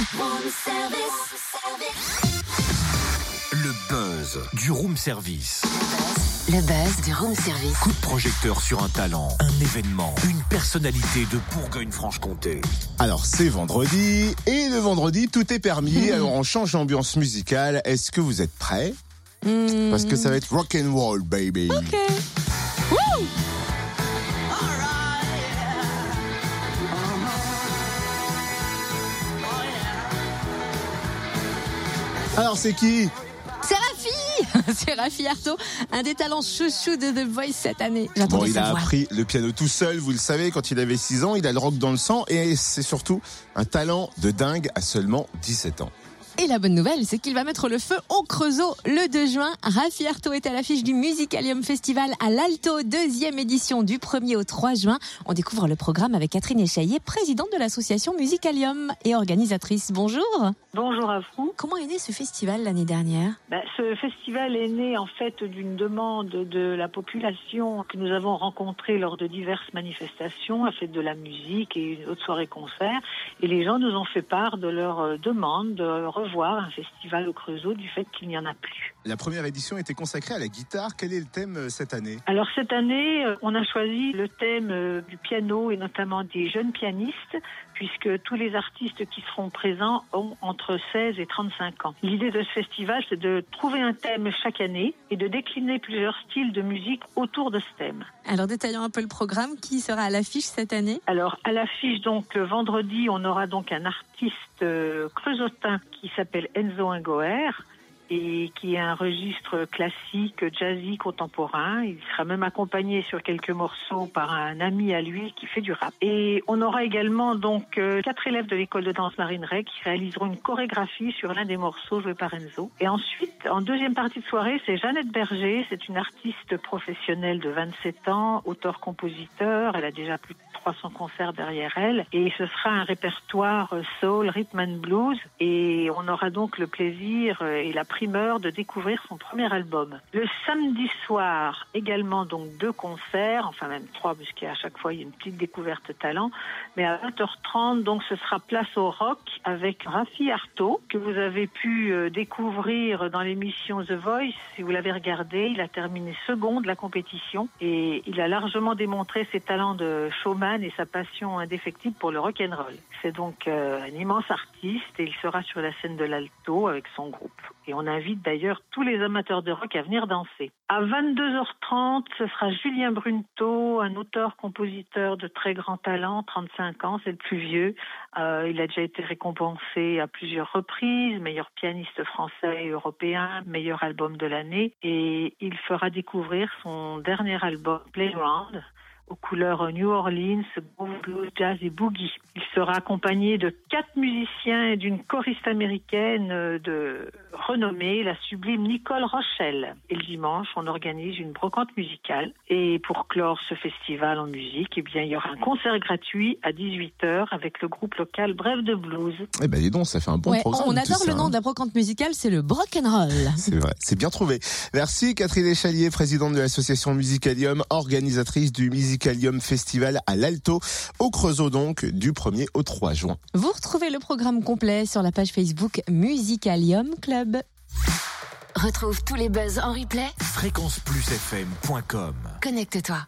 Room service. Le buzz du room service. Le buzz du room service. Coup de projecteur sur un talent, un événement, une personnalité de Bourgogne-Franche-Comté. Alors c'est vendredi, et le vendredi tout est permis, alors on change d'ambiance musicale. Est-ce que vous êtes prêts? Parce que ça va être rock and roll, baby. Ok. Woo! Alors c'est qui? C'est Rafi. C'est Rafi Artaud, un des talents chouchous de The Voice cette année. Bon, il a appris le piano tout seul, vous le savez, quand il avait 6 ans, il a le rock dans le sang, et c'est surtout un talent de dingue à seulement 17 ans. Et la bonne nouvelle, c'est qu'il va mettre le feu au Creusot le 2 juin. Rafi Artaud est à l'affiche du Musicalium Festival à l'Alto, 2e édition du 1er au 3 juin. On découvre le programme avec Catherine Echaillet, présidente de l'association Musicalium et organisatrice. Bonjour. Bonjour à vous. Comment est né ce festival l'année dernière ? Ce festival est né en fait d'une demande de la population que nous avons rencontrée lors de diverses manifestations, la fête de la musique et une autre soirée-concert. Et les gens nous ont fait part de leur demande de revoir un festival au Creusot du fait qu'il n'y en a plus. La première édition était consacrée à la guitare. Quel est le thème cette année ? Alors cette année, on a choisi le thème du piano et notamment des jeunes pianistes, puisque tous les artistes qui seront présents ont entre 16 et 35 ans. L'idée de ce festival, c'est de trouver un thème chaque année et de décliner plusieurs styles de musique autour de ce thème. Alors détaillons un peu le programme. Qui sera à l'affiche cette année ? Alors à l'affiche, donc vendredi, on aura donc un artiste creusotin qui s'appelle Enzo Ingoer, et qui est un registre classique, jazzy, contemporain. Il sera même accompagné sur quelques morceaux par un ami à lui qui fait du rap. Et on aura également donc 4 élèves de l'école de danse Marine Ray qui réaliseront une chorégraphie sur l'un des morceaux joués par Enzo. Et ensuite, en deuxième partie de soirée, c'est Jeannette Berger. C'est une artiste professionnelle de 27 ans, auteur-compositeur. Elle a déjà plus de 300 concerts derrière elle. Et ce sera un répertoire soul, rhythm and blues. Et on aura donc le plaisir et la primeur de découvrir son premier album. Le samedi soir, également donc 2 concerts, enfin même 3 puisqu'à chaque fois il y a une petite découverte talent, mais à 20h30 donc ce sera place au rock avec Rafi Artaud que vous avez pu découvrir dans l'émission The Voice. Si vous l'avez regardé, il a terminé second de la compétition et il a largement démontré ses talents de showman et sa passion indéfectible pour le rock'n'roll. C'est donc un immense artiste et il sera sur la scène de l'Alto avec son groupe. Et on invite d'ailleurs tous les amateurs de rock à venir danser. À 22h30, ce sera Julien Brunto, un auteur-compositeur de très grand talent, 35 ans, c'est le plus vieux. Il a déjà été récompensé à plusieurs reprises, meilleur pianiste français et européen, meilleur album de l'année. Et il fera découvrir son dernier album, Playground, aux couleurs New Orleans, blues, jazz et boogie. Il sera accompagné de 4 musiciens et d'une choriste américaine de renommée, la sublime Nicole Rochelle. Et le dimanche, on organise une brocante musicale. Et pour clore ce festival en musique, eh bien, il y aura un concert gratuit à 18h avec le groupe local Brève de Blues. Eh ben dis donc, ça fait un bon programme. On adore le nom de la brocante musicale, c'est le Brock'n'Roll. C'est vrai, c'est bien trouvé. Merci Catherine Echaillet, présidente de l'association Musicalium, organisatrice du Musicalium Festival à l'Alto, au Creusot donc, du 1er au 3 juin. Vous retrouvez le programme complet sur la page Facebook Musicalium Club. Retrouve tous les buzz en replay. fréquenceplusfm.com. Connecte-toi.